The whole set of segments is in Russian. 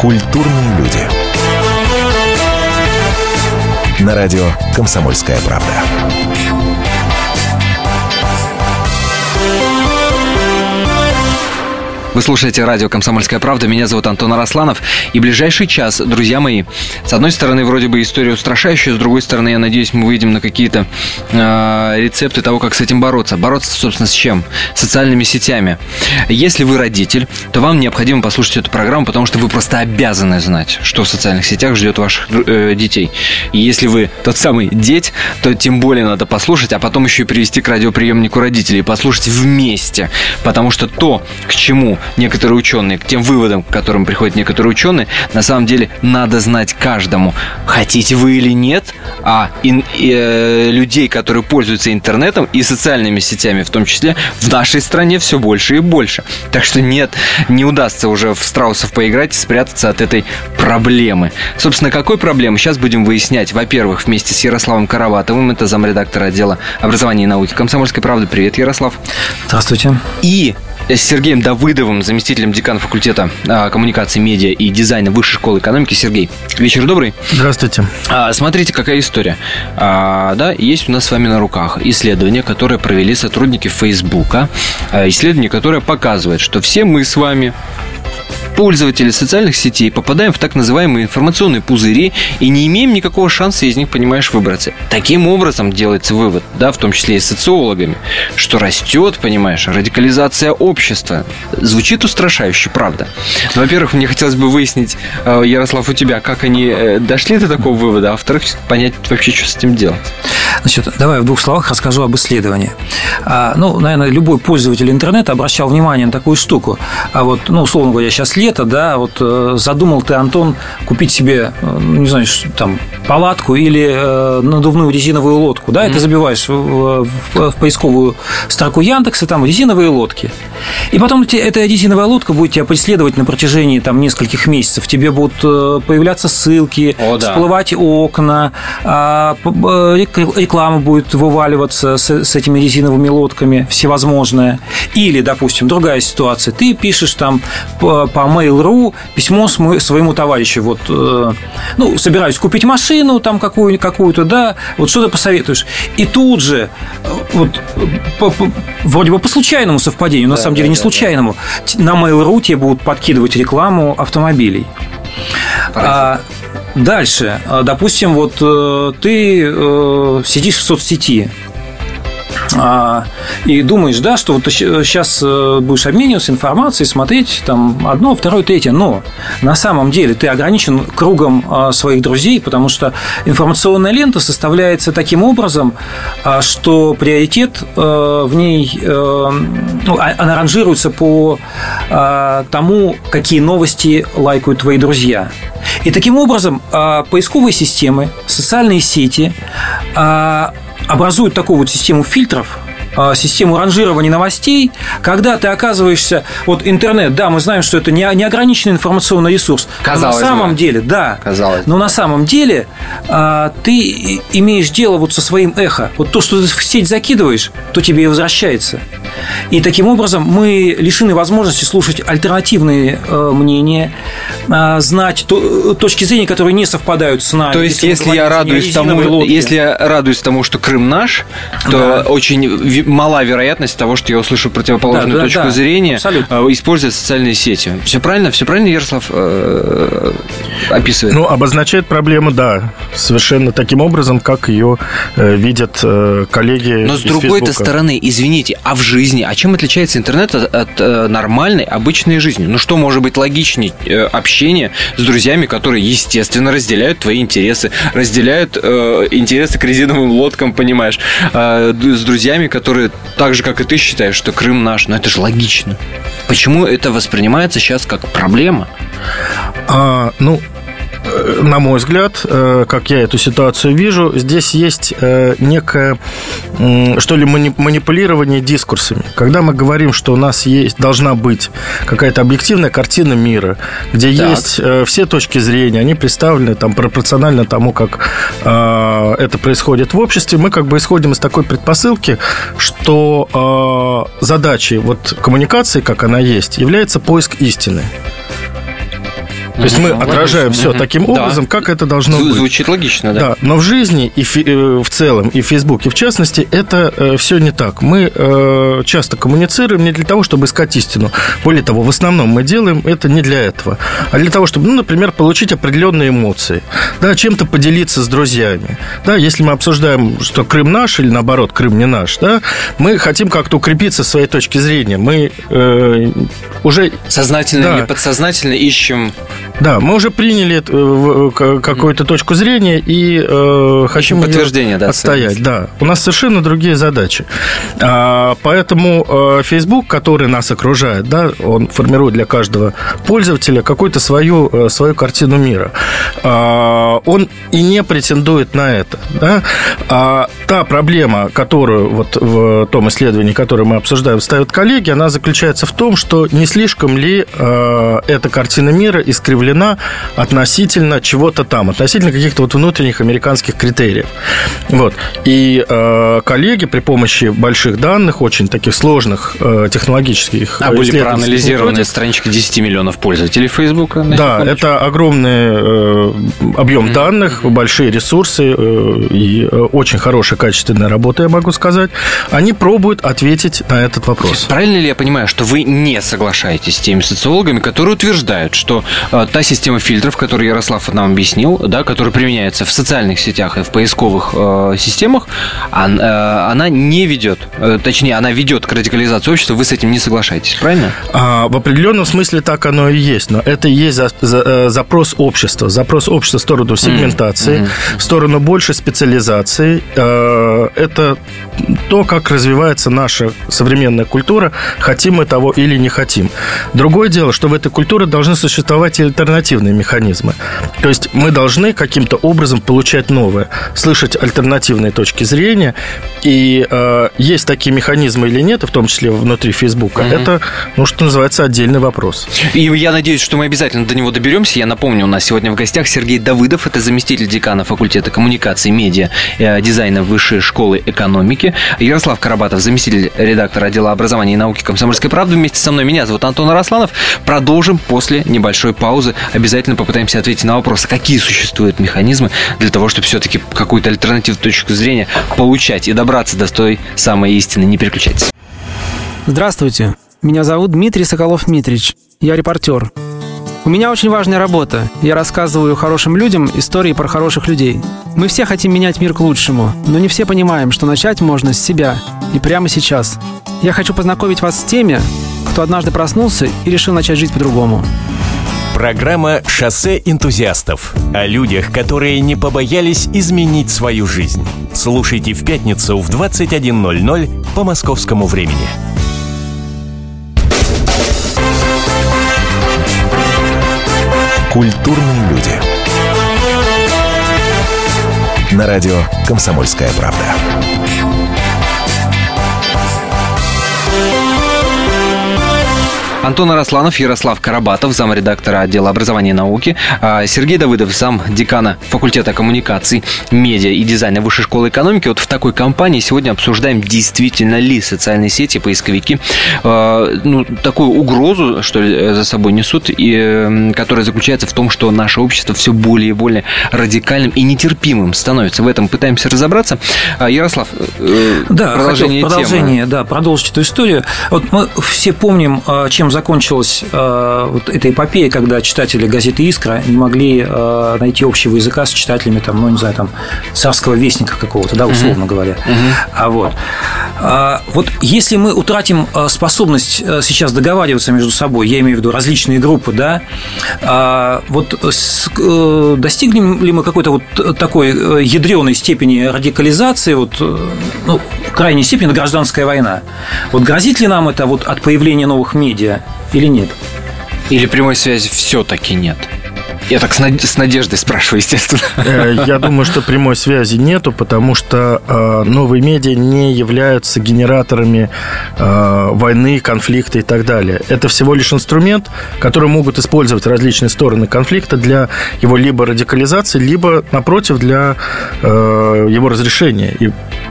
Культурные люди. На радио «Комсомольская правда». Вы слушаете радио «Комсомольская правда». Меня зовут Антон Арасланов. И ближайший час, друзья мои, с одной стороны, вроде бы история устрашающая, с другой стороны, я надеюсь, мы выйдем на какие-то рецепты того, как с этим бороться. Бороться, собственно, с чем? Социальными сетями. Если вы родитель, то вам необходимо послушать эту программу, потому что вы просто обязаны знать, что в социальных сетях ждет ваших детей. И если вы тот самый деть, то тем более надо послушать, а потом еще и привести к радиоприемнику родителей и послушать вместе. Потому что то, к чему некоторые ученые, к тем выводам, к которым приходят некоторые ученые, на самом деле надо знать каждому. Хотите вы или нет, людей, которые пользуются интернетом и социальными сетями, в том числе, в нашей стране все больше и больше. Так что нет, не удастся уже в страусов поиграть и спрятаться от этой проблемы. Собственно, какой проблемы? Сейчас будем выяснять. Во-первых, вместе с Ярославом Караватовым, это замредактора отдела образования и науки «Комсомольской правды». Привет, Ярослав. Здравствуйте. И с Сергеем Давыдовым, заместителем декана факультета коммуникации, медиа и дизайна Высшей школы экономики. Сергей, вечер добрый. Здравствуйте. Смотрите, какая история. Есть у нас с вами на руках исследование, которое провели сотрудники Фейсбука. Исследование, которое показывает, что все мы с вами, пользователи социальных сетей, попадаем в так называемые информационные пузыри и не имеем никакого шанса из них, понимаешь, выбраться. Таким образом делается вывод, да, в том числе и социологами, что растет, понимаешь, радикализация общества. Звучит устрашающе, правда. Во-первых, мне хотелось бы выяснить, Ярослав, у тебя, как они дошли до такого вывода, а во-вторых, понять вообще, что с этим делать. Значит, давай в двух словах расскажу об исследовании. Наверное, любой пользователь интернета обращал внимание на такую штуку. Условно говоря, сейчас лето, да, задумал ты, Антон, купить себе, не знаю, там, палатку или надувную резиновую лодку, да, и ты забиваешь в поисковую строку Яндекса, там, резиновые лодки. И потом эта резиновая лодка будет тебя преследовать на протяжении, там, нескольких месяцев. Тебе будут появляться ссылки, всплывать окна, реклама будет вываливаться с этими резиновыми лодками, всевозможная. Или, допустим, другая ситуация. Ты пишешь там по Mail.ru письмо своему товарищу. Собираюсь купить машину там какую-то, да, что-то посоветуешь. И тут же, вроде бы по случайному совпадению, на самом деле не случайному, на Mail.ru тебе будут подкидывать рекламу автомобилей. Дальше, допустим, ты сидишь в соцсети и думаешь, да, что ты сейчас будешь обмениваться информацией, смотреть там одно, второе, третье, но на самом деле ты ограничен кругом своих друзей, потому что информационная лента составляется таким образом, что приоритет в ней, она ранжируется по тому, какие новости лайкают твои друзья. И таким образом поисковые системы, социальные сети образуют такую систему фильтров, систему ранжирования новостей, когда ты оказываешься... интернет, да, мы знаем, что это не ограниченный информационный ресурс. Казалось бы. На самом деле, да. Но на самом деле ты имеешь дело со своим эхо. То, что ты в сеть закидываешь, то тебе и возвращается. И таким образом мы лишены возможности слушать альтернативные мнения, знать точки зрения, которые не совпадают с нами. То есть, если я радуюсь тому, что Крым наш, то очень мала вероятность того, что я услышу противоположную точку зрения, используя социальные сети. Все правильно, Ярослав описывает? Обозначает проблему, да, совершенно таким образом, как ее видят коллеги. Но с другой-то стороны, извините, а в жизни, чем отличается интернет от нормальной, обычной жизни? Что может быть логичнее общения с друзьями, которые, естественно, разделяют твои интересы, разделяют интересы к резиновым лодкам, понимаешь, с друзьями, которые так же, как и ты, считаешь, что Крым наш. Но это же логично. Почему это воспринимается сейчас как проблема? На мой взгляд, как я эту ситуацию вижу, здесь есть некое, что ли, манипулирование дискурсами. Когда мы говорим, что у нас должна быть какая-то объективная картина мира, где есть все точки зрения, они представлены там пропорционально тому, как это происходит в обществе, мы как бы исходим из такой предпосылки, что задачей коммуникации, как она есть, является поиск истины. То есть мы отражаем все таким образом, как это должно быть. Звучит логично, да. Да, но в жизни и в целом, и в Фейсбуке в частности, это все не так. Мы часто коммуницируем не для того, чтобы искать истину. Более того, в основном мы делаем это не для этого, а для того, чтобы, например, получить определенные эмоции, да, чем-то поделиться с друзьями. Да, если мы обсуждаем, что Крым наш или, наоборот, Крым не наш, да, мы хотим как-то укрепиться в своей точке зрения. Мы уже... Сознательно или подсознательно ищем... Да, мы уже приняли какую-то точку зрения и хотим подтверждение, отстоять. Да, у нас совершенно другие задачи. Поэтому Facebook, который нас окружает, да, он формирует для каждого пользователя какую-то свою картину мира. Он и не претендует на это. Да? Та проблема, которую вот в том исследовании, которое мы обсуждаем, ставят коллеги, она заключается в том, что не слишком ли эта картина мира искривлена относительно чего-то там, относительно каких-то вот внутренних американских критериев. Вот. И коллеги при помощи больших данных, очень таких сложных технологических были проанализированы странички 10 миллионов пользователей Фейсбука? Да, это огромный объем данных, большие ресурсы и очень хорошая качественная работа, я могу сказать. Они пробуют ответить на этот вопрос. Правильно ли я понимаю, что вы не соглашаетесь с теми социологами, которые утверждают, что та система фильтров, которую Ярослав нам объяснил, да, которая применяется в социальных сетях и в поисковых системах, она не ведет, точнее, она ведет к радикализации общества, вы с этим не соглашаетесь, правильно? В определенном смысле так оно и есть, но это и есть запрос общества в сторону сегментации, в сторону большей специализации. Это то, как развивается наша современная культура, хотим мы того или не хотим. Другое дело, что в этой культуре должны существовать альтернативные механизмы. То есть мы должны каким-то образом получать новое, слышать альтернативные точки зрения. И есть такие механизмы или нет, в том числе внутри Фейсбука, это, что называется, отдельный вопрос. И я надеюсь, что мы обязательно до него доберемся. Я напомню, у нас сегодня в гостях Сергей Давыдов, это заместитель декана факультета коммуникации, медиа, дизайна Высшей школы экономики. Ярослав Карабатов, заместитель редактора отдела образования и науки «Комсомольской правды». Вместе со мной меня зовут Антон Арасланов. Продолжим после небольшой паузы. Обязательно попытаемся ответить на вопрос, какие существуют механизмы для того, чтобы все-таки какую-то альтернативную точку зрения получать и добраться до той самой истины. Не переключайтесь. Здравствуйте. Меня зовут Дмитрий Соколов-Митрич. Я репортер. У меня очень важная работа. Я рассказываю хорошим людям истории про хороших людей. Мы все хотим менять мир к лучшему, но не все понимаем, что начать можно с себя и прямо сейчас. Я хочу познакомить вас с теми, кто однажды проснулся и решил начать жить по-другому. Программа «Шоссе энтузиастов» о людях, которые не побоялись изменить свою жизнь. Слушайте в пятницу в 21:00 по московскому времени. Культурные люди. На радио «Комсомольская правда». Антон Арасланов, Ярослав Карабатов, замредактора отдела образования и науки, Сергей Давыдов, зам декана факультета коммуникаций, медиа и дизайна Высшей школы экономики. Вот в такой компании сегодня обсуждаем, действительно ли социальные сети, поисковики такую угрозу, что ли, за собой несут, и которая заключается в том, что наше общество все более и более радикальным и нетерпимым становится. В этом пытаемся разобраться. Ярослав, продолжить эту историю. Вот мы все помним, чем закончилась вот эта эпопея, когда читатели газеты «Искра» не могли найти общего языка с читателями царского вестника какого-то, да, условно говоря. Вот если мы утратим способность сейчас договариваться между собой, я имею в виду различные группы, да, достигнем ли мы какой-то вот такой ядреной степени радикализации, крайней степени гражданская война? Вот грозит ли нам это от появления новых медиа или нет? Или прямой связи все-таки нет? Я так с надеждой спрашиваю, естественно. Я думаю, что прямой связи нету, потому что новые медиа не являются генераторами войны, конфликта и так далее. Это всего лишь инструмент, который могут использовать различные стороны конфликта для его либо радикализации, либо, напротив, для его разрешения. И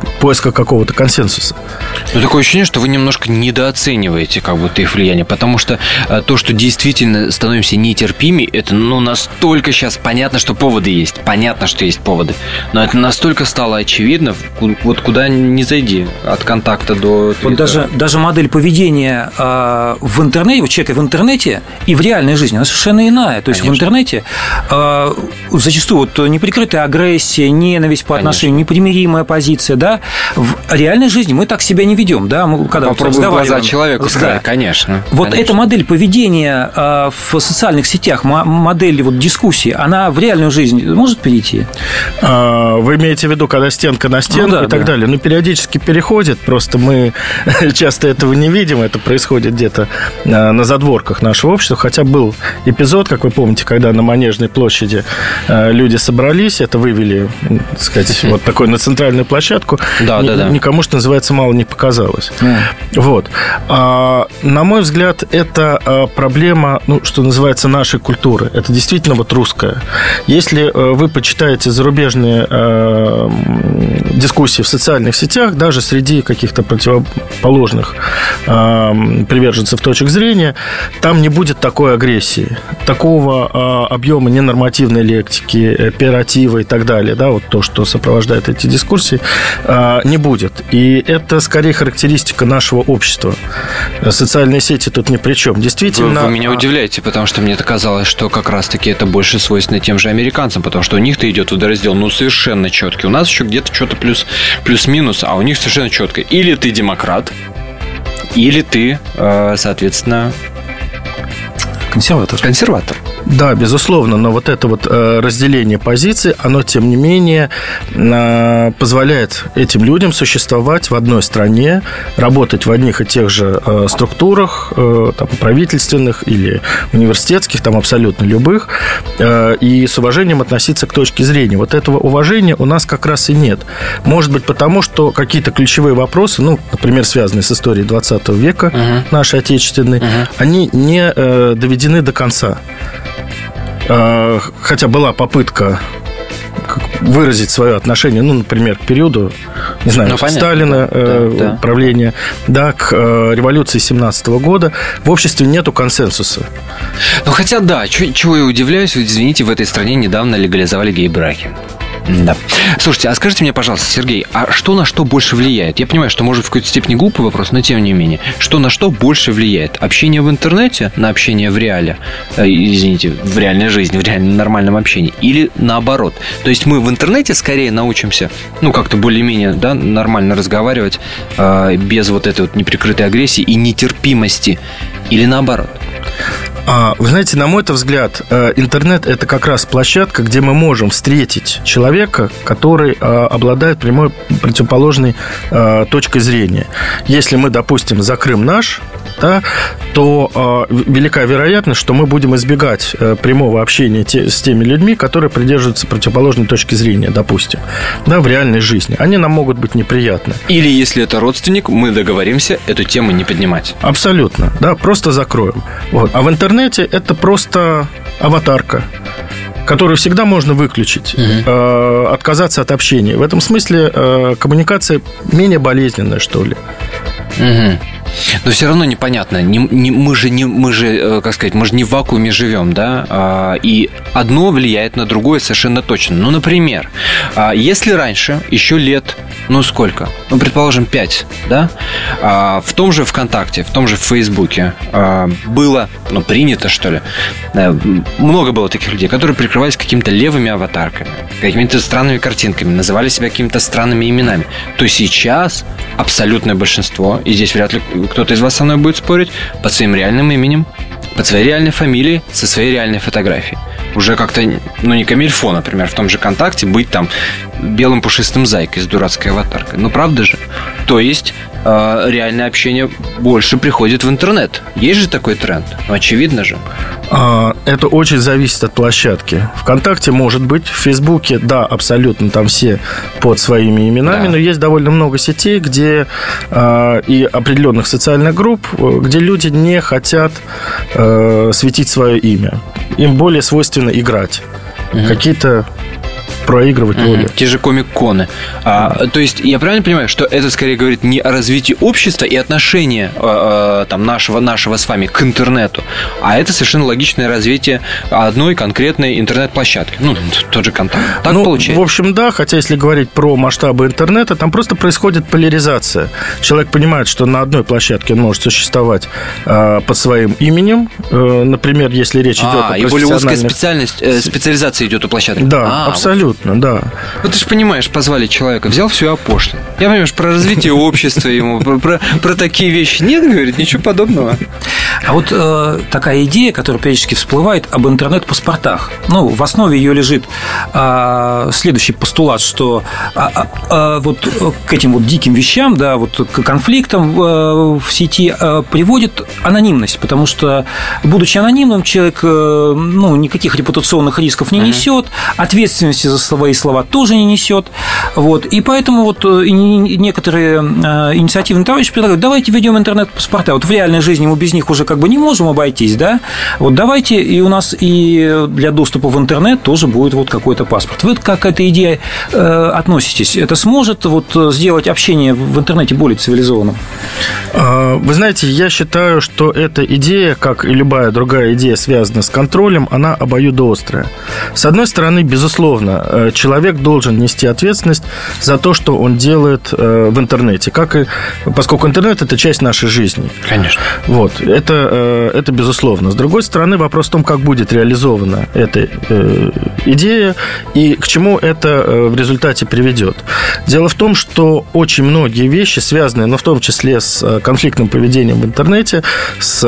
поиска какого-то консенсуса. Но такое ощущение, что вы немножко недооцениваете как будто их влияние, потому что то, что действительно становимся нетерпимее, это настолько сейчас понятно, что поводы есть. Понятно, что есть поводы. Но это настолько стало очевидно, вот куда ни зайди, от контакта до Твиттера. Вот даже модель поведения в интернете, у человека в интернете и в реальной жизни, она совершенно иная. То есть в интернете зачастую неприкрытая агрессия, ненависть по отношению, непримиримая позиция, да. В реальной жизни мы так себя не ведем, да. Когда попробуй в глаза человеку сказать, конечно. Вот эта модель поведения в социальных сетях, модель дискуссии, она в реальную жизнь может перейти? Вы имеете в виду, когда стенка на стенку и так далее? Периодически переходит, просто мы часто этого не видим, это происходит где-то на задворках нашего общества, хотя был эпизод, как вы помните, когда на Манежной площади люди собрались, это вывели, так сказать, вот такой на центральную площадку, никому, что называется, мало не показалось. Вот. На мой взгляд, это проблема, что называется, нашей культуры. Это действительно русская. Если вы почитаете зарубежные дискуссии в социальных сетях, даже среди каких-то противоположных приверженцев точек зрения, там не будет такой агрессии, такого объема ненормативной лексики, пиратива и так далее, да, вот то, что сопровождает эти дискуссии, не будет. И это скорее характеристика нашего общества. Социальные сети тут ни при чем. Действительно... Вы меня удивляете, потому что мне казалось, что как раз-таки это больше свойственно тем же американцам, потому что у них-то идет водораздел, совершенно четкий. У нас еще где-то что-то плюс-минус, а у них совершенно четко. Или ты демократ, или ты, соответственно... Консерватор. Да, безусловно, но вот это разделение позиций, оно, тем не менее, позволяет этим людям существовать в одной стране, работать в одних и тех же структурах, правительственных или университетских, абсолютно любых, и с уважением относиться к точке зрения. Вот этого уважения у нас как раз и нет. Может быть, потому что какие-то ключевые вопросы, например, связанные с историей 20 века, нашей отечественной, они не доведены до конца. Хотя была попытка выразить свое отношение, например, к периоду, не знаю, Сталина, правления, к революции 17 года, в обществе нету консенсуса. Хотя, чего я удивляюсь, извините, в этой стране недавно легализовали гей-браки. Да. Слушайте, а скажите мне, пожалуйста, Сергей, а что на что больше влияет? Я понимаю, что, может, в какой-то степени глупый вопрос, но тем не менее. Что на что больше влияет? Общение в интернете на общение в реале? В реальной жизни, в реальном нормальном общении? Или наоборот? То есть мы в интернете скорее научимся, как-то более-менее, нормально разговаривать без этой неприкрытой агрессии и нетерпимости? Или наоборот? Вы знаете, на мой взгляд, интернет – это как раз площадка, где мы можем встретить человека, который обладает прямой противоположной точкой зрения. Если мы, допустим, за Крым наш, то велика вероятность, что мы будем избегать прямого общения с теми людьми, которые придерживаются противоположной точки зрения, допустим, в реальной жизни. Они нам могут быть неприятны. Или, если это родственник, мы договоримся эту тему не поднимать. Абсолютно, просто закроем. А в интернете это просто аватарка, которую всегда можно выключить, отказаться от общения. В этом смысле коммуникация менее болезненная, что ли. Но все равно непонятно. Мы же не в вакууме живем, да? И одно влияет на другое совершенно точно. Например, если раньше, еще лет, сколько? Предположим, 5, да? В том же ВКонтакте, в том же Фейсбуке было, принято, что ли, много было таких людей, которые прикрывались какими-то левыми аватарками, какими-то странными картинками, называли себя какими-то странными именами. То есть сейчас абсолютное большинство, и здесь вряд ли кто-то из вас со мной будет спорить, под своим реальным именем, под своей реальной фамилией, со своей реальной фотографией. Уже как-то, не камильфо, например, в том же ВКонтакте быть белым пушистым зайкой с дурацкой аватаркой. Правда же? То есть реальное общение больше приходит в интернет. Есть же такой тренд? Очевидно же. Это очень зависит от площадки. ВКонтакте может быть, в Фейсбуке, абсолютно, там все под своими именами, но есть довольно много сетей, где и определенных социальных групп, где люди не хотят светить свое имя. Им более свойственно играть. Какие-то проигрывать роли. Те же комик-коны. То есть, я правильно понимаю, что это скорее говорит не о развитии общества и отношения там, нашего с вами к интернету, а это совершенно логичное развитие одной конкретной интернет-площадки. Ну, тот же «Контакт». Так получается? В общем, да, хотя если говорить про масштабы интернета, там просто происходит поляризация. Человек понимает, что на одной площадке он может существовать под своим именем. Например, если речь идет о и более узкая специализация идет у площадок. Да, абсолютно, да. Вот ты же понимаешь, позвали человека, взял все опошлил. Я понимаю, про развитие общества ему, про такие вещи нет, говорит, ничего подобного. А вот такая идея, которая периодически всплывает об интернет-паспортах. Ну, в основе ее лежит следующий постулат, что вот к этим вот диким вещам, да, вот к конфликтам в сети приводит анонимность, потому что, будучи анонимным, человек никаких репутационных рисков не несет, ответственности за свои слова тоже не несет. Вот. И поэтому вот некоторые инициативные товарищи предлагают, давайте введем интернет-паспорта. Вот в реальной жизни мы без них уже как бы не можем обойтись, да? Вот давайте, и у нас и для доступа в интернет тоже будет вот какой-то паспорт. Вы как к этой идее относитесь? Это сможет вот сделать общение в интернете более цивилизованным? Вы знаете, я считаю, что эта идея, как и любая другая идея, связанная с контролем, она обоюдоострая. С одной стороны, безусловно, человек должен нести ответственность за то, что он делает в интернете, поскольку интернет – это часть нашей жизни. Конечно. Вот, это безусловно. С другой стороны, вопрос в том, как будет реализована эта идея и к чему это в результате приведет. Дело в том, что очень многие вещи, связанные, в том числе с конфликтным поведением в интернете, с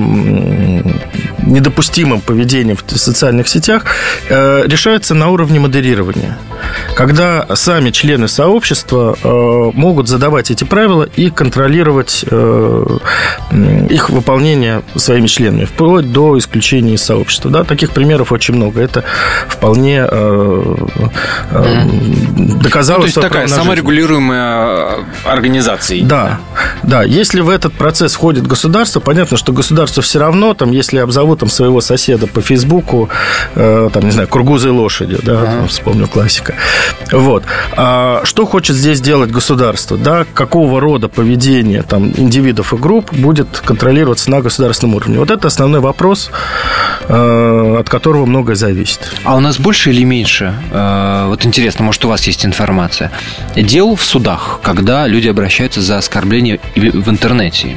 недопустимым поведением в социальных сетях, решаются на уровне модерирования. Когда сами члены сообщества могут задавать эти правила и контролировать их выполнение своими членами, вплоть до исключения из сообщества. Да, таких примеров очень много. Это вполне доказалось. То есть такая саморегулируемая организация. Да. Если в этот процесс входит государство, понятно, что государство все равно, если обзовут своего соседа по Фейсбуку, не знаю, кургузой лошадью, да, вспомню классика. Вот. А что хочет здесь делать государство? Да, какого рода поведение индивидов и групп будет контролироваться на государственном уровне? Вот это основной вопрос, от которого многое зависит. А у нас больше или меньше? Вот интересно, может, у вас есть информация. Дел в судах, когда люди обращаются за оскорбление в интернете.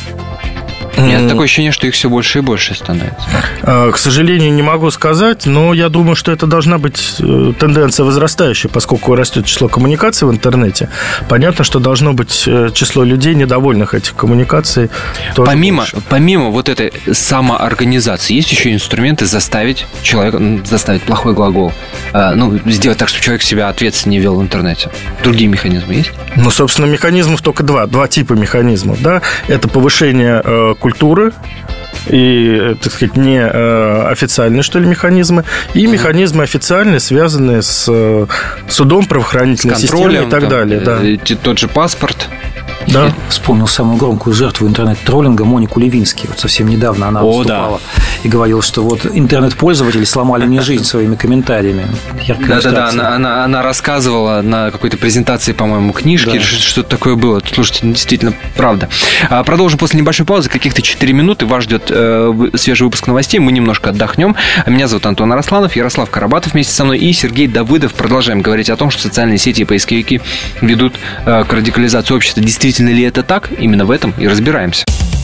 У меня такое ощущение, что их все больше и больше становится. К сожалению, не могу сказать, но я думаю, что это должна быть тенденция возрастающая, поскольку растет число коммуникаций в интернете. Понятно, что должно быть число людей, недовольных этих коммуникаций. Помимо вот этой самоорганизации, есть еще инструменты заставить человека, заставить плохой глагол, сделать так, чтобы человек себя ответственнее вел в интернете. Другие механизмы есть? Собственно, механизмов только два типа механизмов. Да? Это повышение культуры и, так сказать, не официальные, что ли, механизмы, и механизмы официальные, связанные с судом, правоохранительной системой и так далее. Да. Тот же паспорт. Да. Я вспомнил самую громкую жертву интернет-троллинга Монику Левински. Вот совсем недавно она выступала и говорила, что вот интернет-пользователи сломали мне жизнь своими комментариями. Да, она рассказывала на какой-то презентации, по-моему, книжки, что-то такое было. Слушайте, действительно, правда. Продолжим после небольшой паузы, каких-то 4 минуты. Вас ждет свежий выпуск новостей. Мы немножко отдохнем. Меня зовут Антон Арасланов, Ярослав Карабатов вместе со мной и Сергей Давыдов. Продолжаем говорить о том, что социальные сети и поисковики ведут к радикализации общества. Действительно ли это так? Именно в этом и разбираемся.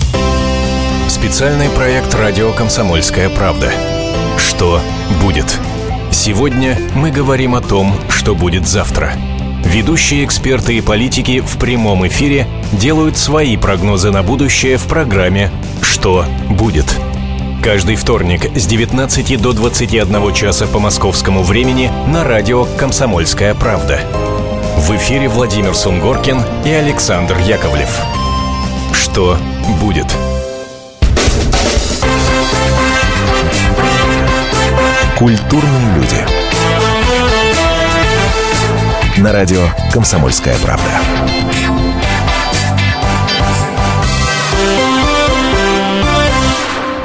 Специальный проект «Радио Комсомольская правда». Что будет? Сегодня мы говорим о том, что будет завтра. Ведущие эксперты и политики в прямом эфире делают свои прогнозы на будущее в программе «Что будет?». Каждый вторник с 19 до 21 часа по московскому времени на радио «Комсомольская правда». В эфире Владимир Сунгоркин и Александр Яковлев. Что будет? Культурные люди. На радио «Комсомольская правда».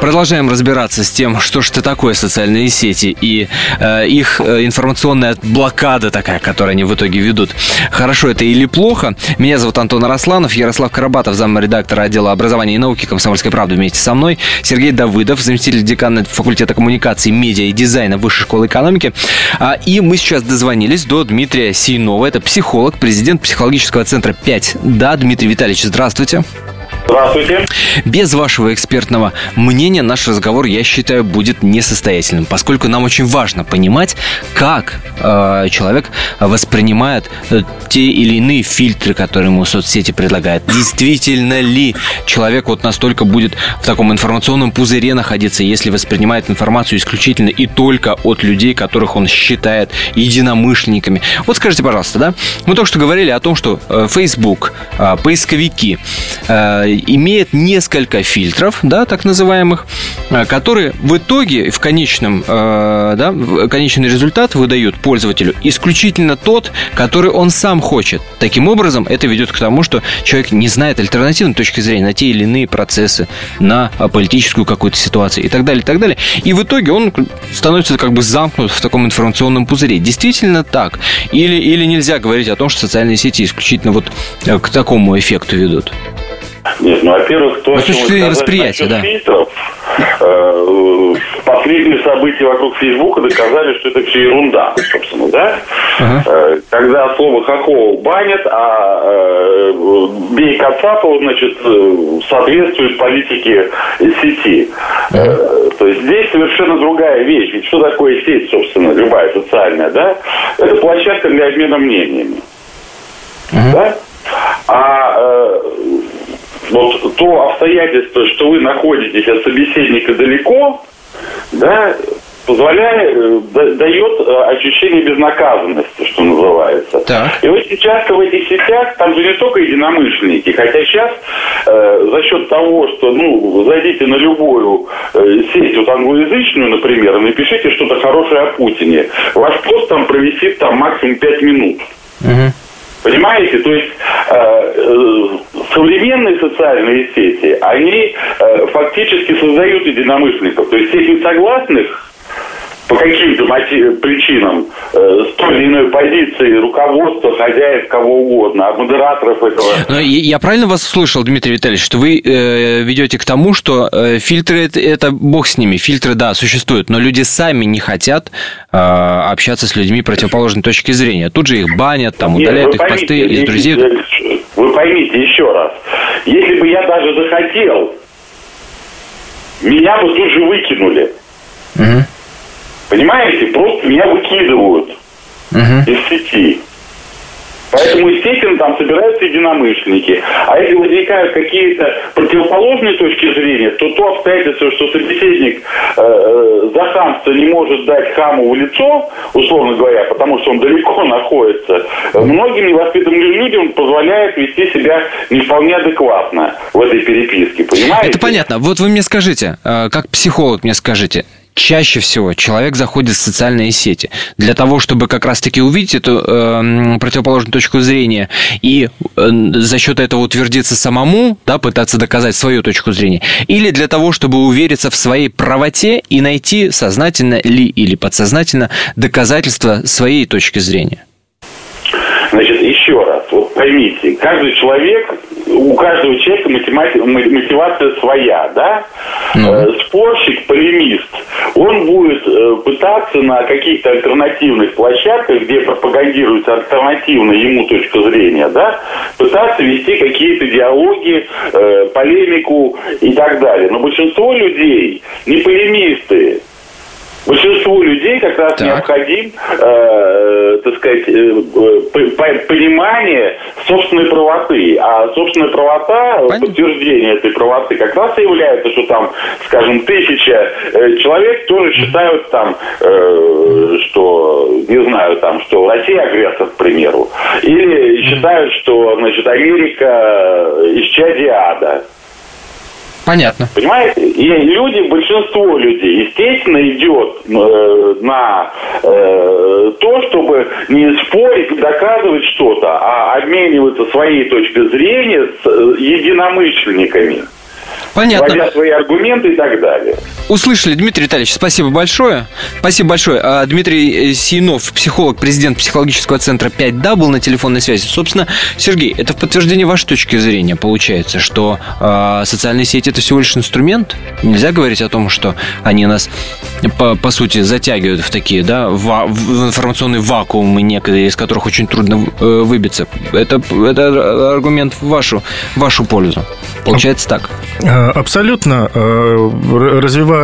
Продолжаем разбираться с тем, что же это такое социальные сети и их информационная блокада такая, которую они в итоге ведут. Хорошо это или плохо? Меня зовут Антон Арасланов, Ярослав Карабатов, замредактора отдела образования и науки «Комсомольской правды» вместе со мной, Сергей Давыдов, заместитель декана факультета коммуникации, медиа и дизайна Высшей школы экономики. И мы сейчас дозвонились до Дмитрия Сейнова. Это психолог, президент психологического центра 5. Да, Дмитрий Витальевич, здравствуйте. Здравствуйте. Без вашего экспертного мнения наш разговор, я считаю, будет несостоятельным, поскольку нам очень важно понимать, как человек воспринимает те или иные фильтры, которые ему соцсети предлагают. Действительно ли человек вот настолько будет в таком информационном пузыре находиться, если воспринимает информацию исключительно и только от людей, которых он считает единомышленниками. Вот скажите, пожалуйста, да, мы только что говорили о том, что Facebook, поисковики имеет несколько фильтров, да, так называемых, которые в итоге в конечном, да, конечный результат выдают пользователю исключительно тот, который он сам хочет. Таким образом, это ведет к тому, что человек не знает альтернативной точки зрения на те или иные процессы, на политическую какую-то ситуацию и так далее, и так далее. И в итоге он становится как бы замкнут в таком информационном пузыре. Действительно так? Или нельзя говорить о том, что социальные сети исключительно вот к такому эффекту ведут? Нет, ну, во-первых, то, что восприятие, да. Фильтров, последние события вокруг Фейсбука доказали, что это все ерунда, собственно, да? Когда слово «хохол» банят, а «бей Кацапова», значит, соответствует политике сети. То есть здесь совершенно другая вещь. Ведь что такое сеть, собственно, любая социальная, да? Это площадка для обмена мнениями. Да? Вот то обстоятельство, что вы находитесь от собеседника далеко, да, позволяет, дает ощущение безнаказанности, что называется. Так. И очень часто в этих сетях, там же не только единомышленники, хотя сейчас за счет того, что, ну, зайдите на любую сеть, вот англоязычную, например, и напишите что-то хорошее о Путине, ваш пост там провисит там максимум 5 минут. Понимаете? То есть современные социальные сети, они фактически создают единомышленников. То есть сеть несогласных по каким-то причинам с той или иной позиции руководства, хозяев, кого угодно, а модераторов этого... Но я правильно вас услышал, Дмитрий Витальевич, что вы ведете к тому, что фильтры это бог с ними, фильтры, да, существуют, но люди сами не хотят общаться с людьми противоположной точки зрения. Тут же их банят, там, удаляют их посты из друзей. Вы поймите еще раз, если бы я даже захотел, меня бы тут же выкинули. Понимаете? Просто меня выкидывают из сети. Поэтому, естественно, там собираются единомышленники. А если возникают какие-то противоположные точки зрения, то обстоятельство, что собеседник за хамство не может дать хаму в лицо, условно говоря, потому что он далеко находится, многим невоспитанным людям позволяет вести себя не вполне адекватно в этой переписке. Понимаете? Это понятно. Вот вы мне скажите, как психолог мне скажите, чаще всего человек заходит в социальные сети для того, чтобы как раз-таки увидеть эту противоположную точку зрения и за счет этого утвердиться самому, да, пытаться доказать свою точку зрения, или для того, чтобы увериться в своей правоте и найти сознательно ли или подсознательно доказательства своей точки зрения? Значит, еще раз, вот поймите, каждый человек, у каждого человека мотивация своя, да? Спорщик, полемист, он будет пытаться на каких-то альтернативных площадках, где пропагандируется альтернативная ему точка зрения, да, пытаться вести какие-то диалоги, полемику и так далее. Но большинство людей не полемисты. Большинству людей как раз необходим, так сказать, понимание собственной правоты. А собственная правота, подтверждение этой правоты как раз и является, что там, скажем, 1000 человек тоже считают там, что, не знаю, там, что Россия агрессор, к примеру. Или считают, что, значит, Америка исчадие ада. Понятно. Понимаете? И люди, большинство людей, естественно, идет на то, чтобы не спорить, не доказывать что-то, а обмениваться своей точкой зрения с единомышленниками. Понятно. Вводя свои аргументы и так далее. Услышали, Дмитрий Витальевич, спасибо большое. Спасибо большое. Дмитрий Сиенов, психолог, президент психологического центра 5Да, был на телефонной связи. Собственно, Сергей, это в подтверждение вашей точки зрения получается, что социальные сети – это всего лишь инструмент? Нельзя говорить о том, что они нас, по сути, затягивают в такие, да, в информационные вакуумы некоторые, из которых очень трудно выбиться. Это аргумент в вашу пользу. Получается так. Абсолютно. Развивая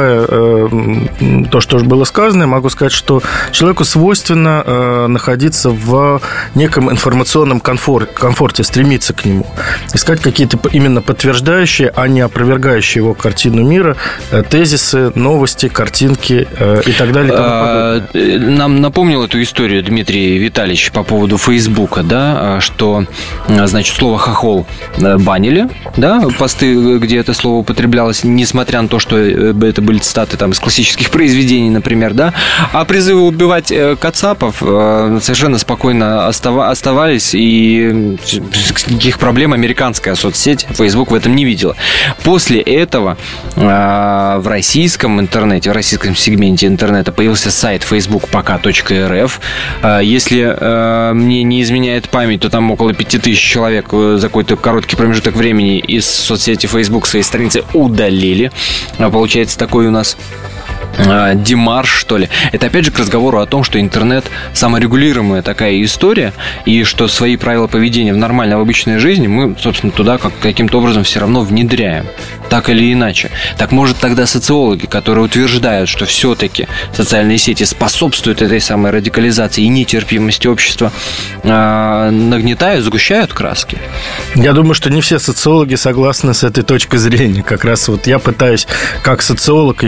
то, что было сказано, могу сказать, что человеку свойственно находиться в неком информационном комфорте, стремиться к нему, искать какие-то именно подтверждающие, а не опровергающие его картину мира, тезисы, новости, картинки и так далее. И тому подобное. Нам напомнил эту историю Дмитрий Витальевич по поводу Фейсбука, да, что, значит, слово «хохол» банили, да, посты, где это слово употреблялось, несмотря на то, что это были цитаты там из классических произведений, например, да, а призывы убивать кацапов совершенно спокойно оставались, и никаких проблем американская соцсеть Facebook в этом не видела. После этого в российском интернете, в российском сегменте интернета появился сайт facebook.poka.rf. Если мне не изменяет память, то там около 5000 человек за какой-то короткий промежуток времени из соцсети Facebook своей страницы удалили. Получается, такой у нас демарш, что ли. Это опять же к разговору о том, что интернет саморегулируемая такая история, и что свои правила поведения в нормальной, в обычной жизни мы, собственно, туда каким-то образом все равно внедряем, так или иначе. Так может тогда социологи, которые утверждают, что все-таки социальные сети способствуют этой самой радикализации и нетерпимости общества, нагнетают, сгущают краски? Я думаю, что не все социологи согласны с этой точкой зрения. Как раз вот я пытаюсь, как социолог,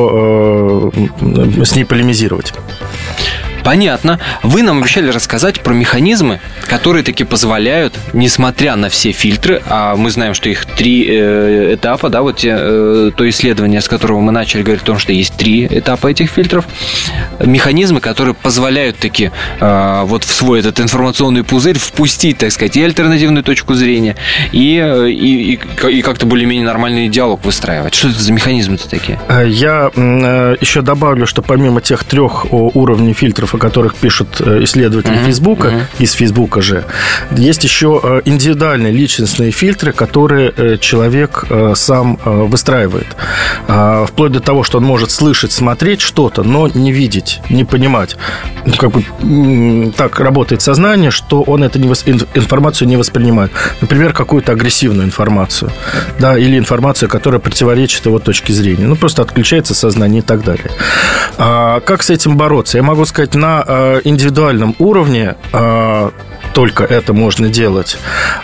с ней полемизировать. Понятно. Вы нам обещали рассказать про механизмы, которые таки позволяют, несмотря на все фильтры, а мы знаем, что их 3 этапа, да, вот то исследование, с которого мы начали говорить о том, что есть 3 этапа этих фильтров, механизмы, которые позволяют таки вот в свой этот информационный пузырь впустить, так сказать, и альтернативную точку зрения, и как-то более-менее нормальный диалог выстраивать. Что это за механизмы-то такие? Я еще добавлю, что помимо тех 3 уровней фильтров, о которых пишут исследователи Фейсбука, из Фейсбука же, есть еще индивидуальные личностные фильтры, которые человек сам выстраивает. Вплоть до того, что он может слышать, смотреть что-то, но не видеть, не понимать. Как бы так работает сознание, что он эту информацию не воспринимает. Например, какую-то агрессивную информацию, да, или информацию, которая противоречит его точке зрения. Ну, просто отключается сознание и так далее. Как с этим бороться? Я могу сказать, на индивидуальном уровне только это можно делать.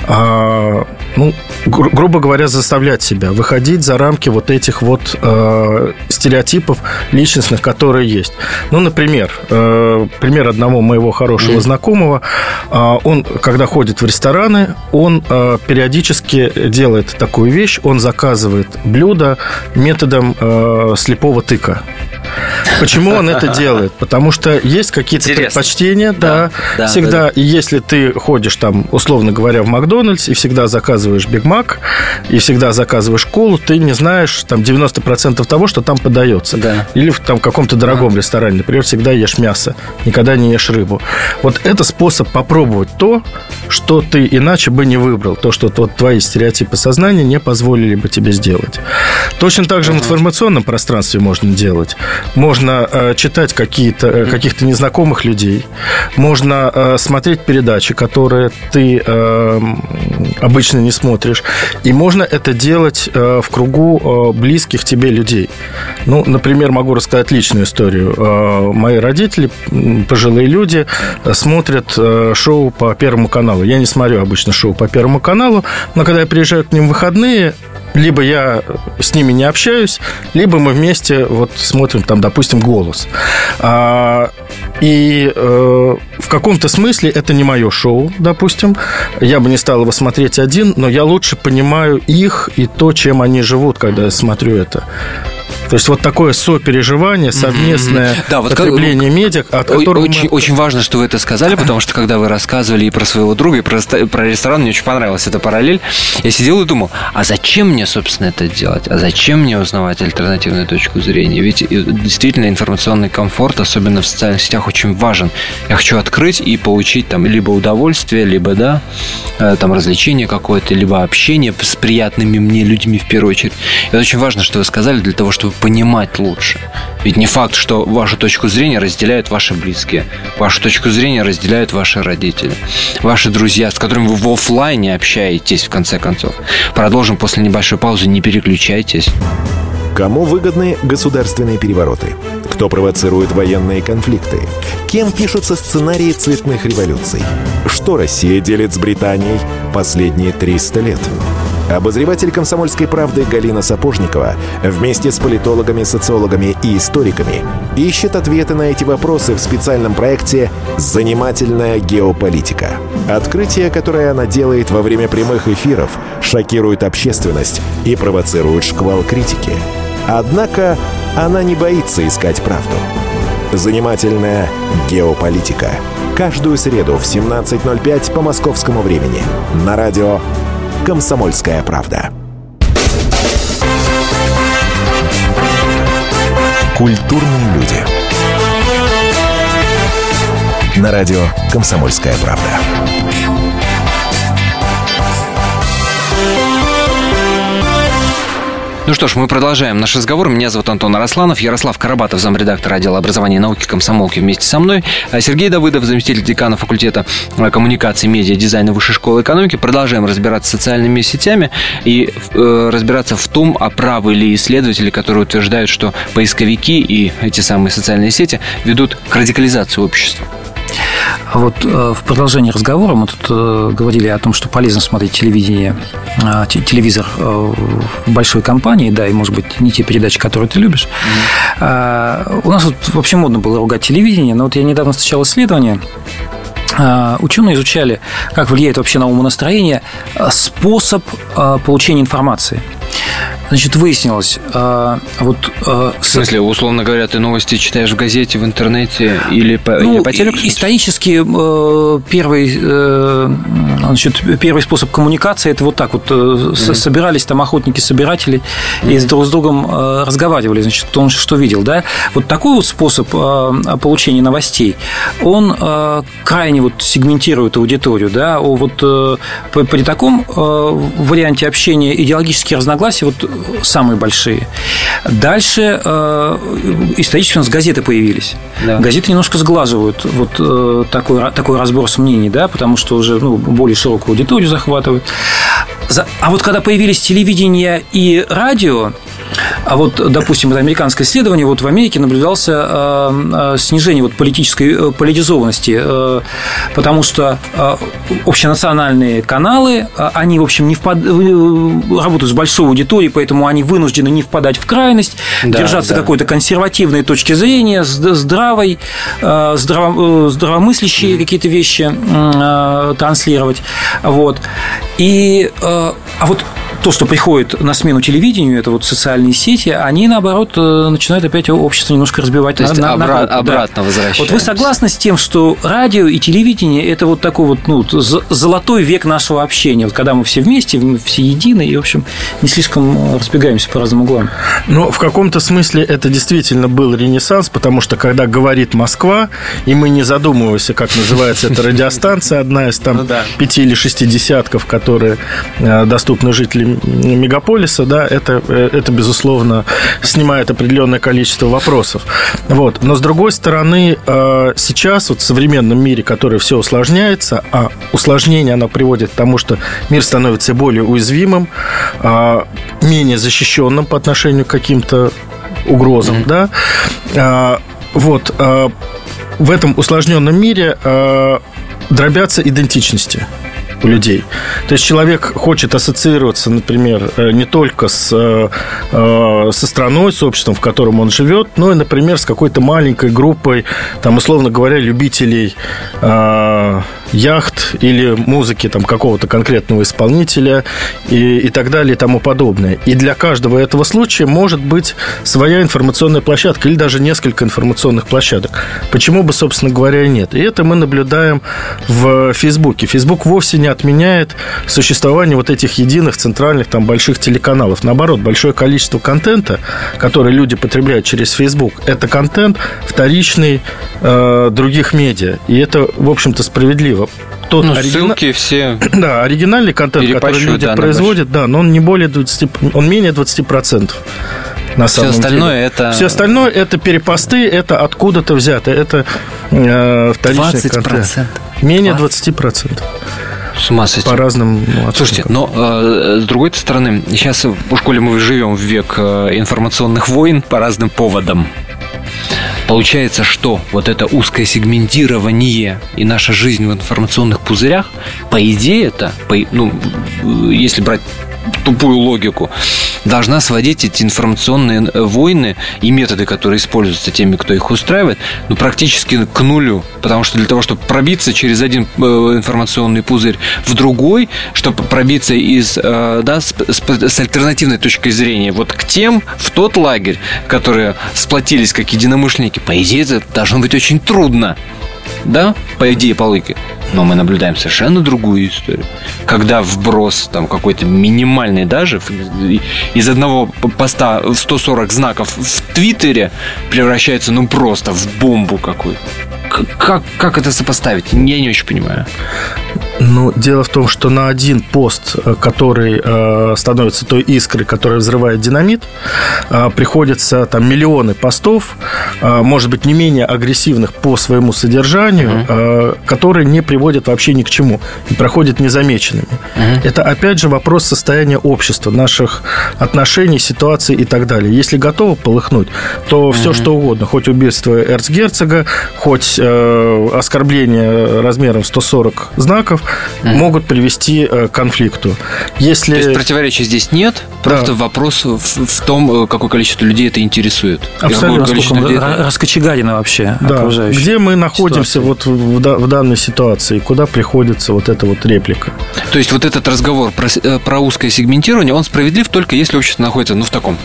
Грубо говоря, заставлять себя выходить за рамки вот этих вот стереотипов личностных, которые есть. Ну, например, пример одного моего хорошего знакомого. Он, когда ходит в рестораны, он периодически делает такую вещь. Он заказывает блюдо методом слепого тыка. Почему он это делает? Потому что есть какие-то предпочтения, да, всегда. Да. И если ты ходишь там, условно говоря, в Макдональдс и всегда заказываешь Биг Мак, и всегда заказываешь колу, ты не знаешь там 90% того, что там подается. Да. Или в там каком-то дорогом ресторане, например, всегда ешь мясо, никогда не ешь рыбу. Вот это способ попробовать то, что ты иначе бы не выбрал, то, что вот твои стереотипы сознания не позволили бы тебе сделать. Точно так же в информационном пространстве можно делать. Можно читать каких-то незнакомых людей, можно смотреть передачи, которые ты обычно не смотришь, и можно это делать в кругу близких тебе людей. Ну, например, могу рассказать личную историю. Мои родители, пожилые люди, смотрят шоу по Первому каналу. Я не смотрю обычно шоу по Первому каналу, но когда я приезжаю к ним в выходные, либо я с ними не общаюсь, либо мы вместе вот смотрим там, допустим, «Голос». И в каком-то смысле это не мое шоу, допустим. Я бы не стал его смотреть один, но я лучше понимаю их и то, чем они живут, когда я смотрю это. То есть вот такое сопереживание, совместное потребление медиа, от которого очень важно, что вы это сказали, потому что когда вы рассказывали и про своего друга, и про ресторан, мне очень понравилась эта параллель. Я сидел и думал, а зачем мне, собственно, это делать? А зачем мне узнавать альтернативную точку зрения? Ведь действительно информационный комфорт, особенно в социальных сетях, очень важен. Я хочу открыть и получить там либо удовольствие, либо, там развлечение какое-то, либо общение с приятными мне людьми в первую очередь. Это очень важно, что вы сказали, для того, чтобы понимать лучше. Ведь не факт, что вашу точку зрения разделяют ваши близкие. Вашу точку зрения разделяют ваши родители. Ваши друзья, с которыми вы в офлайне общаетесь, в конце концов. Продолжим после небольшой паузы. Не переключайтесь. Кому выгодны государственные перевороты? Кто провоцирует военные конфликты? Кем пишутся сценарии цветных революций? Что Россия делит с Британией последние 300 лет? Обозреватель «Комсомольской правды» Галина Сапожникова вместе с политологами, социологами и историками ищет ответы на эти вопросы в специальном проекте «Занимательная геополитика». Открытия, которые она делает во время прямых эфиров, шокируют общественность и провоцируют шквал критики. Однако она не боится искать правду. «Занимательная геополитика». Каждую среду в 17:05 по московскому времени на радио «Комсомольская правда». Культурные люди. На радио «Комсомольская правда». Ну что ж, мы продолжаем наш разговор. Меня зовут Антон Арасланов. Ярослав Карабатов, замредактор отдела образования и науки комсомолки, вместе со мной. Сергей Давыдов, заместитель декана факультета коммуникации, медиа, дизайна Высшей школы экономики. Продолжаем разбираться с социальными сетями и разбираться в том, а правы ли исследователи, которые утверждают, что поисковики и эти самые социальные сети ведут к радикализации общества. Вот в продолжении разговора мы тут говорили о том, что полезно смотреть телевизор в большой компании, да, и, может быть, не те передачи, которые ты любишь. У нас вот вообще модно было ругать телевидение, но вот я недавно встречал исследование. Ученые изучали, как влияет вообще на умонастроение способ получения информации. Значит, выяснилось, в смысле, условно говоря, ты новости читаешь в газете, в интернете или по телеку? Исторически первый способ коммуникации – это вот так вот. Собирались там охотники-собиратели и друг с другом разговаривали, значит, кто что видел, да? Вот такой вот способ получения новостей, он крайне вот сегментирует аудиторию, да? Вот при таком варианте общения идеологические разногласия вот самые большие. Дальше исторически у нас газеты появились. Да. Газеты немножко сглаживают вот такой разброс мнений, да, потому что уже более широкую аудиторию захватывают. А вот когда появились телевидение и радио, а вот, допустим, это американское исследование, вот в Америке наблюдался снижение вот политической политизованности, потому что общенациональные каналы, они, в общем, работают с большой аудиторией, поэтому они вынуждены не впадать в крайность, держаться какой-то консервативной точки зрения, здравомыслящие какие-то вещи транслировать. Вот. А вот то, что приходит на смену телевидению, это вот социальные сети, они, наоборот, начинают опять общество немножко разбивать. То есть обратно возвращаются. Вот вы согласны с тем, что радио и телевидение – это вот такой вот золотой век нашего общения, вот когда мы все вместе, все едины и, в общем, не слишком разбегаемся по разным углам? Ну, в каком-то смысле это действительно был ренессанс, потому что, когда говорит Москва, и мы не задумываемся, как называется эта радиостанция, одна из там 5 или 6 десятков, которые доступны жителям мегаполиса, да, это безусловно снимает определенное количество вопросов. Вот. Но с другой стороны, сейчас вот в современном мире, который все усложняется, а усложнение оно приводит к тому, что мир становится более уязвимым, менее защищенным по отношению к каким-то угрозам, да. Вот. В этом усложненном мире дробятся идентичности. у людей. То есть человек хочет ассоциироваться, например, не только со страной, с обществом, в котором он живет, но и, например, с какой-то маленькой группой, там, условно говоря, любителей яхт или музыки там, какого-то конкретного исполнителя и так далее и тому подобное. И для каждого этого случая может быть своя информационная площадка или даже несколько информационных площадок. Почему бы, собственно говоря, и нет? И это мы наблюдаем в Фейсбуке. Фейсбук вовсе не отменяет существование вот этих единых центральных там, больших телеканалов. Наоборот, большое количество контента, который люди потребляют через Фейсбук, это контент вторичный других медиа. И это, в общем-то, справедливо. Ссылки все. Да, оригинальный контент, который люди производят, да, но он не более 20%, он менее 20%. На самом деле. Все остальное это перепосты, это откуда-то взято, это вторичный 20%. Контент. Менее 20%. С ума сойти. По разным Слушайте, но с другой стороны, сейчас в школе мы живем в век информационных войн по разным поводам. Получается, что вот это узкое сегментирование и наша жизнь в информационных пузырях, по идее, это, если брать тупую логику, должна сводить эти информационные войны и методы, которые используются теми, кто их устраивает, практически к нулю. Потому что для того, чтобы пробиться через один информационный пузырь в другой, чтобы пробиться с альтернативной точкой зрения вот к тем, в тот лагерь, которые сплотились как единомышленники, по идее, это должно быть очень трудно. Да, по идее, по логике. Но мы наблюдаем совершенно другую историю. Когда вброс там какой-то минимальный даже из одного поста в 140 знаков в Твиттере превращается просто в бомбу какую-то. Как это сопоставить? Я не очень понимаю. Дело в том, что на один пост, который становится той искрой, которая взрывает динамит, приходится там миллионы постов, может быть, не менее агрессивных по своему содержанию, которые не приводят вообще ни к чему и проходят незамеченными. Это, опять же, вопрос состояния общества, наших отношений, ситуаций и так далее. Если готово полыхнуть, то все, что угодно, хоть убийство эрцгерцога, хоть оскорбление размером 140 знаков, могут привести к конфликту. То есть противоречия здесь нет, просто вопрос в том, какое количество людей это интересует. Абсолютно. Раскочегарено вообще окружающее. Где мы находимся в данной ситуации, куда приходится вот эта вот реплика. То есть вот этот разговор про узкое сегментирование, он справедлив только если общество находится в таком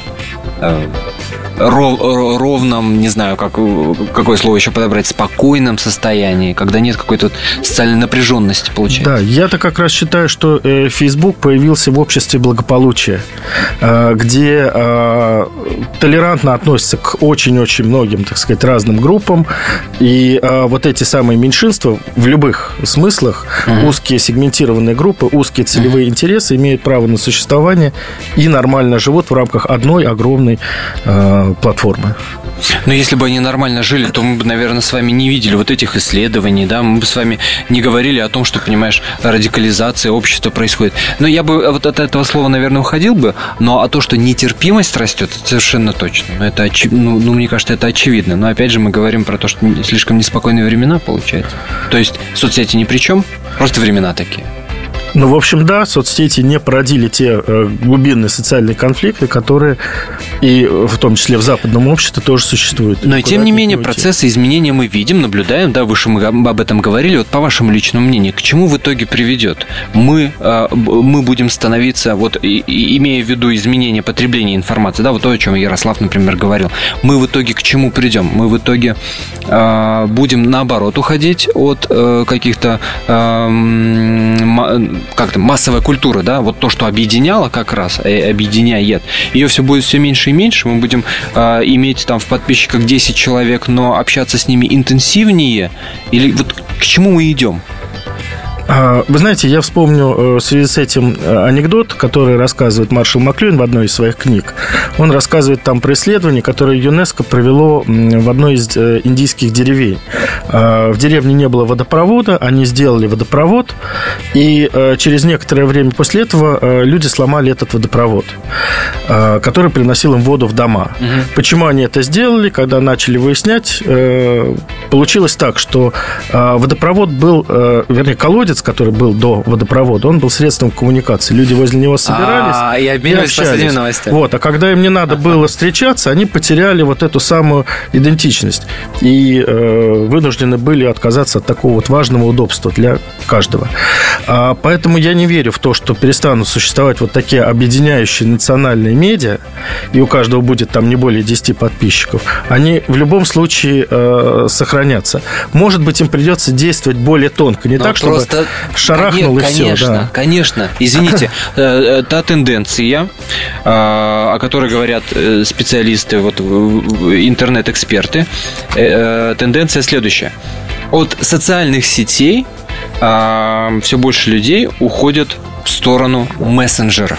ровном, не знаю, какое слово еще подобрать, спокойном состоянии, когда нет какой-то социальной напряженности, получается. Да, я-то как раз считаю, что Facebook появился в обществе благополучия, где толерантно относятся к очень-очень многим, так сказать, разным группам, и вот эти самые меньшинства в любых смыслах, узкие сегментированные группы, узкие целевые интересы имеют право на существование и нормально живут в рамках одной огромной платформы. Но если бы они нормально жили, то мы бы, наверное, с вами не видели вот этих исследований, да, мы бы с вами не говорили о том, что, понимаешь, радикализация общества происходит. Но я бы вот от этого слова, наверное, уходил бы, но то, что нетерпимость растет, это совершенно точно. Но это мне кажется, это очевидно. Но опять же мы говорим про то, что слишком неспокойные времена, получается. То есть соцсети ни при чем, просто времена такие. В общем, да, соцсети не породили те глубинные социальные конфликты, которые и в том числе в западном обществе тоже существуют. Но и тем не менее процессы изменения мы видим, наблюдаем, да, выше мы об этом говорили. Вот по вашему личному мнению, к чему в итоге приведет? Мы будем становиться, имея в виду изменение потребления информации, да, вот то, о чем Ярослав, например, говорил. Мы в итоге к чему придем? Мы в итоге будем наоборот уходить от каких-то массовая культура, да, вот то, что объединяло как раз, объединяет, ее все будет все меньше и меньше, мы будем иметь там в подписчиках 10 человек, но общаться с ними интенсивнее, или вот к чему мы идем? Вы знаете, я вспомню в связи с этим анекдот, который рассказывает Маршал Маклюин в одной из своих книг. Он рассказывает там про исследование, которое ЮНЕСКО провело в одной из индийских деревень. В деревне не было водопровода, они сделали водопровод, и через некоторое время после этого люди сломали этот водопровод, который приносил им воду в дома. Почему они это сделали? Когда начали выяснять, получилось так, что водопровод был, вернее, колодец колодец, который был до водопровода, он был средством коммуникации. Люди возле него собирались и обменивались последними новостями. Вот, а когда им не надо было встречаться, они потеряли вот эту самую идентичность и вынуждены были отказаться от такого вот важного удобства для каждого. Поэтому я не верю в то, что перестанут существовать вот такие объединяющие национальные медиа, и у каждого будет там не более 10 подписчиков. Они в любом случае сохранятся. Может быть, им придется действовать более тонко, не так, чтобы шарахнул и все. Конечно, конечно. Извините, та тенденция, о которой говорят специалисты, вот, интернет-эксперты, тенденция следующая. От социальных сетей все больше людей уходят в сторону мессенджеров.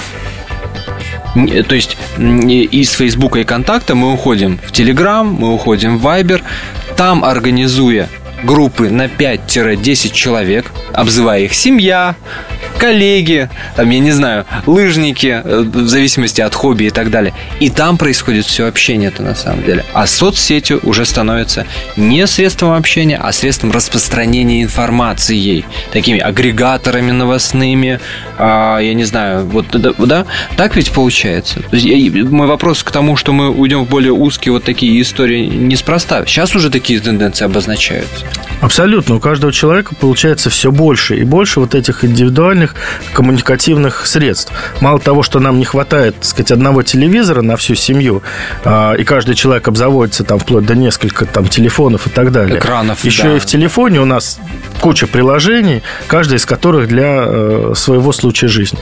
То есть из Фейсбука и Контакта мы уходим в Телеграм, мы уходим в Вайбер, там организуя группы на 5-10 человек, обзывая их семья, коллеги, там, я не знаю, лыжники, в зависимости от хобби и так далее. И там происходит все общение-то на самом деле. А соцсети уже становятся не средством общения, а средством распространения информации, такими агрегаторами новостными, я не знаю, вот, да? Так ведь получается. То есть, мой вопрос к тому, что мы уйдем в более узкие вот такие истории, неспроста. Сейчас уже такие тенденции обозначаются. Абсолютно. У каждого человека получается все больше и больше вот этих индивидуальных коммуникативных средств. Мало того, что нам не хватает, так сказать, одного телевизора на всю семью, и каждый человек обзаводится там вплоть до нескольких там телефонов и так далее. Экранов, еще да. И в телефоне у нас куча приложений, каждое из которых для своего случая жизни.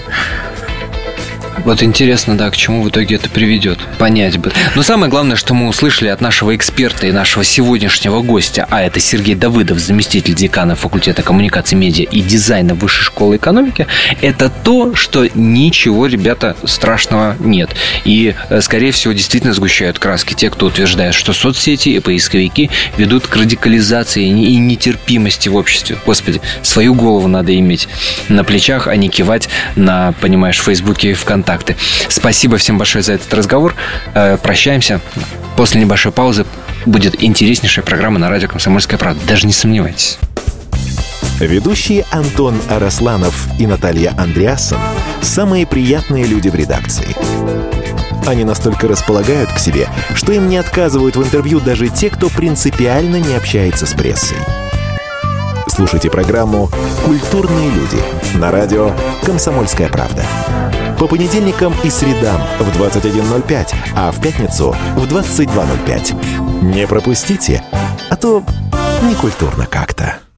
Вот интересно, да, к чему в итоге это приведет. Понять бы. Но самое главное, что мы услышали от нашего эксперта и нашего сегодняшнего гостя, а это Сергей Давыдов, заместитель декана факультета коммуникации, медиа и дизайна Высшей школы экономики, это то, что ничего, ребята, страшного нет. И, скорее всего, действительно сгущают краски те, кто утверждает, что соцсети и поисковики ведут к радикализации и нетерпимости в обществе. Господи, свою голову надо иметь на плечах, а не кивать на, понимаешь, в Фейсбуке и ВКонтакте. Спасибо всем большое за этот разговор. Прощаемся. После небольшой паузы будет интереснейшая программа на радио «Комсомольская правда». Даже не сомневайтесь. Ведущие Антон Арасланов и Наталья Андреасон – самые приятные люди в редакции. Они настолько располагают к себе, что им не отказывают в интервью даже те, кто принципиально не общается с прессой. Слушайте программу «Культурные люди» на радио «Комсомольская правда». По понедельникам и средам в 21:05, а в пятницу в 22:05. Не пропустите, а то некультурно как-то.